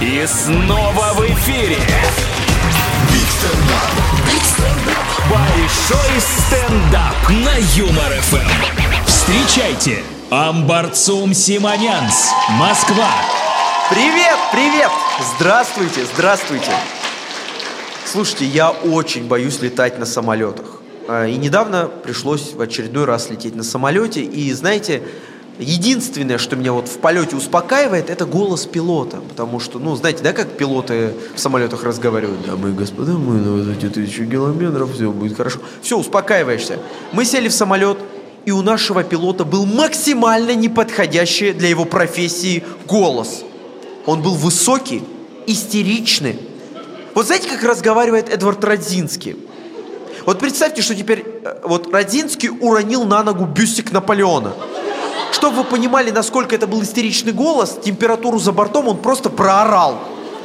И снова в эфире большой стендап на Юмор ФМ. Встречайте, Амбарцум Симонянс, Москва. Привет, привет! Здравствуйте. Слушайте, я очень боюсь летать на самолетах. И недавно пришлось в очередной раз лететь на самолете. И знаете, единственное, что меня вот в полете успокаивает, это голос пилота. Потому что, знаете, да, как пилоты в самолетах разговаривают? Дамы и господа, мы на высоте 1000 километров, все будет хорошо. Все, успокаиваешься. Мы сели в самолет, и у нашего пилота был максимально неподходящий для его профессии голос. Он был высокий, истеричный. Вот знаете, как разговаривает Эдвард Радзинский? Вот представьте, что теперь Радзинский уронил на ногу бюстик Наполеона. Чтобы вы понимали, насколько это был истеричный голос, температуру за бортом он просто проорал.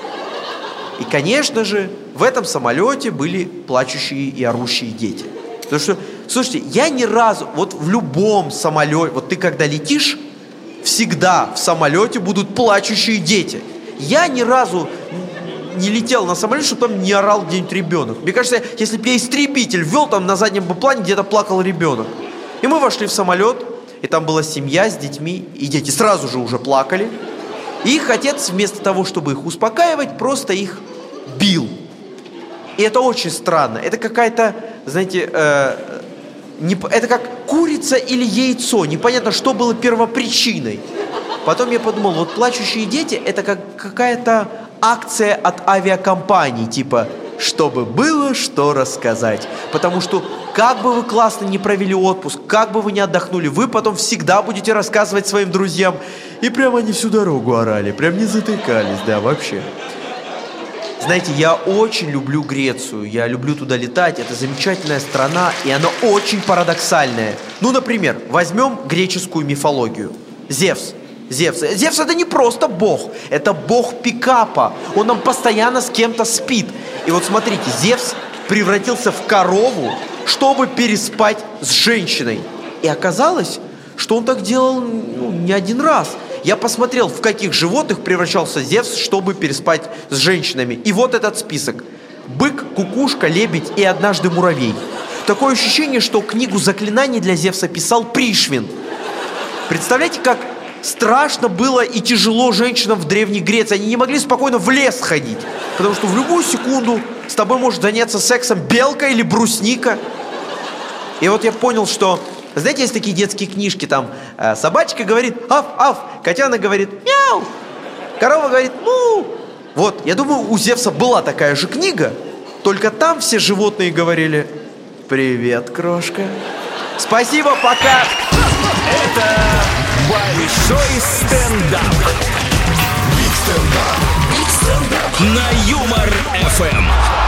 И, конечно же, в этом самолете были плачущие и орущие дети. Потому что, слушайте, я ни разу, в любом самолете, ты когда летишь, всегда в самолете будут плачущие дети. Я ни разу не летел на самолете, чтобы там не орал где-нибудь ребенок. Мне кажется, если бы я истребитель вел, там на заднем плане где-то плакал ребенок. И мы вошли в самолет, и там была семья с детьми, и дети сразу же уже плакали. И их отец, вместо того, чтобы их успокаивать, просто их бил. И это очень странно. Это какая-то, знаете, это как курица или яйцо. Непонятно, что было первопричиной. Потом я подумал, плачущие дети – это как какая-то акция от авиакомпаний, типа «чтобы было что рассказать». Потому что как бы вы классно не провели отпуск, как бы вы не отдохнули, вы потом всегда будете рассказывать своим друзьям. И прямо они всю дорогу орали, прям не затыкались, да, вообще. Знаете, я очень люблю Грецию, я люблю туда летать, это замечательная страна, и она очень парадоксальная. Например, возьмем греческую мифологию. Зевс это не просто бог, это бог пикапа. Он там постоянно с кем-то спит. И смотрите, Зевс превратился в корову, чтобы переспать с женщиной. И оказалось, что он так делал не один раз. Я посмотрел, в каких животных превращался Зевс, чтобы переспать с женщинами. И вот этот список: бык, кукушка, лебедь и однажды муравей. Такое ощущение, что книгу заклинаний для Зевса писал Пришвин. Представляете, как страшно было и тяжело женщинам в Древней Греции. Они не могли спокойно в лес ходить, потому что в любую секунду с тобой может заняться сексом белка или брусника. И я понял, что, знаете, есть такие детские книжки, там собачка говорит «аф-аф», котенок говорит «мяу», корова говорит «му». Я думаю, у Зевса была такая же книга, только там все животные говорили «привет, крошка». Спасибо, пока. Это большой стендап. Биг стендап. На Юмор ФМ.